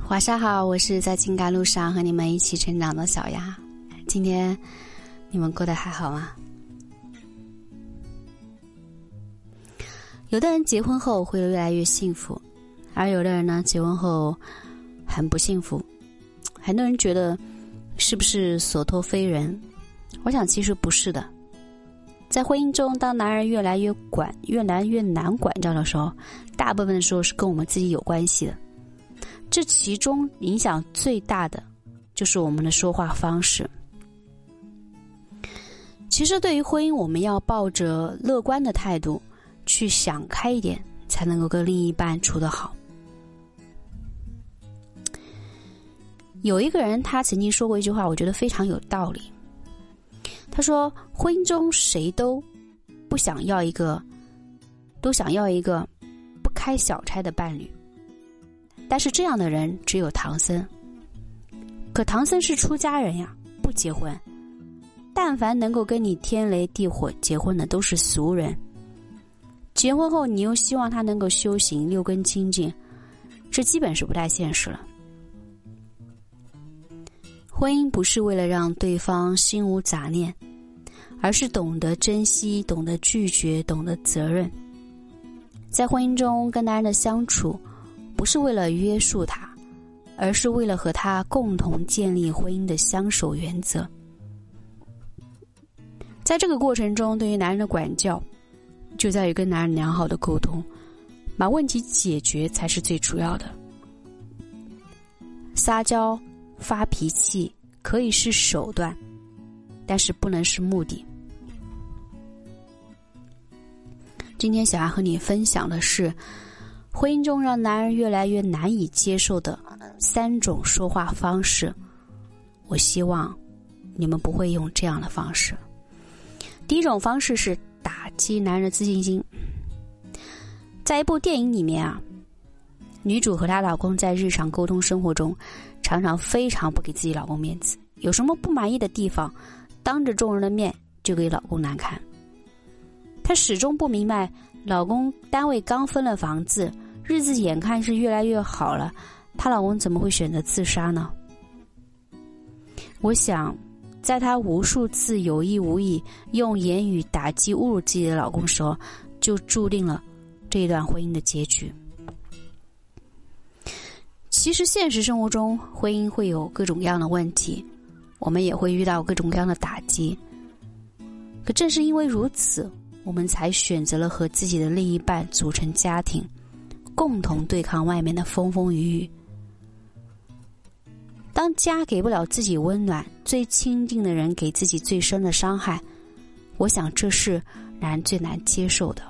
晚上好，我是在情感路上和你们一起成长的小丫。今天你们过得还好吗？有的人结婚后会越来越幸福，而有的人呢，结婚后很不幸福。很多人觉得是不是所托非人？我想其实不是的。在婚姻中，当男人越来越难管教的时候，大部分的时候是跟我们自己有关系的。这其中影响最大的就是我们的说话方式。其实对于婚姻，我们要抱着乐观的态度去想开一点，才能够跟另一半处得好。有一个人他曾经说过一句话，我觉得非常有道理。他说，婚姻中谁都想要一个不开小差的伴侣，但是这样的人只有唐僧。可唐僧是出家人呀，不结婚。但凡能够跟你天雷地火结婚的都是俗人。结婚后你又希望他能够修行六根清净，这基本是不太现实了。婚姻不是为了让对方心无杂念，而是懂得珍惜，懂得拒绝，懂得责任。在婚姻中跟男人的相处，不是为了约束他，而是为了和他共同建立婚姻的相守原则。在这个过程中，对于男人的管教就在于跟男人良好的沟通，把问题解决才是最主要的。撒娇发脾气可以是手段，但是不能是目的。今天想要和你分享的是婚姻中让男人越来越难以接受的3种说话方式。我希望你们不会用这样的方式。第一种方式是打击男人的自信心。在一部电影里面啊，女主和她老公在日常沟通生活中常常非常不给自己老公面子，有什么不满意的地方当着众人的面就给老公难堪。她始终不明白，老公单位刚分了房子，日子眼看是越来越好了，她老公怎么会选择自杀呢？我想在她无数次有意无意用言语打击侮辱自己的老公时候，就注定了这一段婚姻的结局。其实现实生活中婚姻会有各种各样的问题，我们也会遇到各种各样的打击。可正是因为如此，我们才选择了和自己的另一半组成家庭，共同对抗外面的风风雨雨。当家给不了自己温暖，最亲近的人给自己最深的伤害，我想这是男人最难接受的。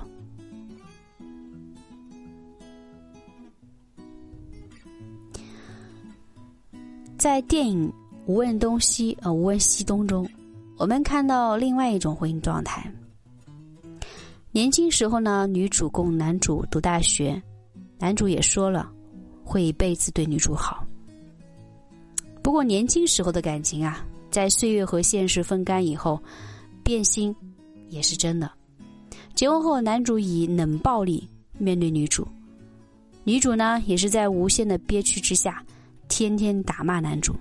在电影无问西东中，我们看到另外一种婚姻状态。年轻时候呢，女主供男主读大学，男主也说了会一辈子对女主好。不过年轻时候的感情啊，在岁月和现实分干以后，变心也是真的。结婚后，男主以冷暴力面对女主，女主呢也是在无限的憋屈之下天天打骂男主。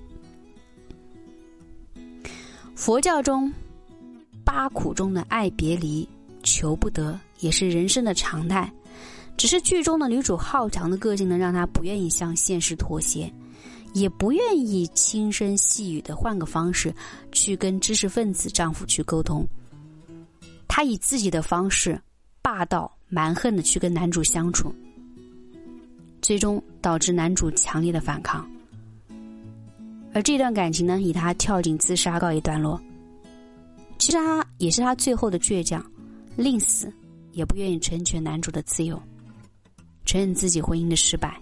佛教中8苦中的爱别离求不得也是人生的常态，只是剧中的女主好强的个性能让她不愿意向现实妥协，也不愿意轻声细语的换个方式去跟知识分子丈夫去沟通。她以自己的方式霸道蛮横的去跟男主相处，最终导致男主强烈的反抗。而这段感情呢，以他跳井自杀告一段落。其实他也是他最后的倔强，宁死也不愿意成全男主的自由，承认自己婚姻的失败。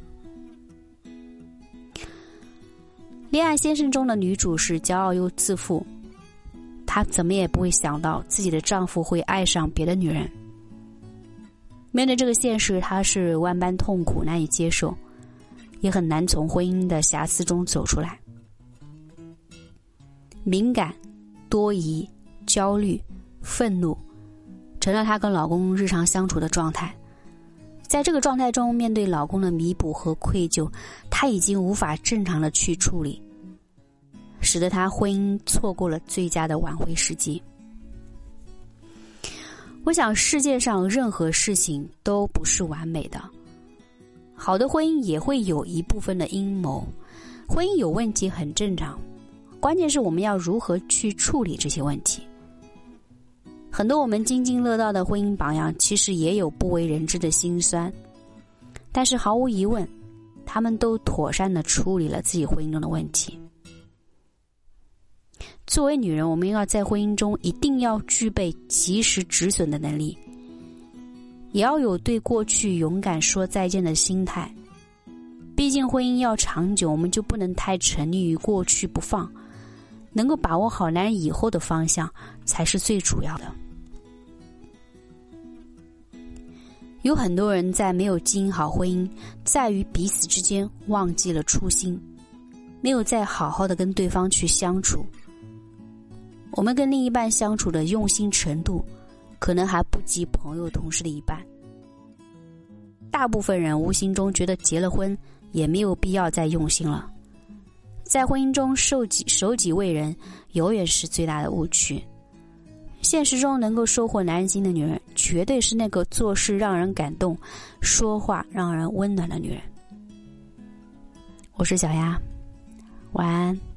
恋爱先生中的女主是骄傲又自负，她怎么也不会想到自己的丈夫会爱上别的女人。面对这个现实，她是万般痛苦难以接受，也很难从婚姻的瑕疵中走出来。敏感、多疑、焦虑、愤怒成了她跟老公日常相处的状态。 在这个状态中，面对老公的弥补和愧疚，她已经无法正常的去处理，使得她婚姻错过了最佳的挽回时机。我想世界上任何事情都不是完美的，好的婚姻也会有一部分的阴谋，婚姻有问题很正常，关键是我们要如何去处理这些问题。很多我们津津乐道的婚姻榜样，其实也有不为人知的辛酸，但是毫无疑问，他们都妥善地处理了自己婚姻中的问题。作为女人，我们要在婚姻中一定要具备及时止损的能力，也要有对过去勇敢说再见的心态。毕竟婚姻要长久，我们就不能太沉溺于过去不放，能够把握好男人以后的方向才是最主要的。有很多人在没有经营好婚姻，在于彼此之间忘记了初心，没有再好好的跟对方去相处。我们跟另一半相处的用心程度，可能还不及朋友同事的一半。大部分人无形中觉得结了婚也没有必要再用心了，在婚姻中守己为人永远是最大的误区。现实中能够收获男人心的女人，绝对是那个做事让人感动，说话让人温暖的女人。我是小丫，晚安。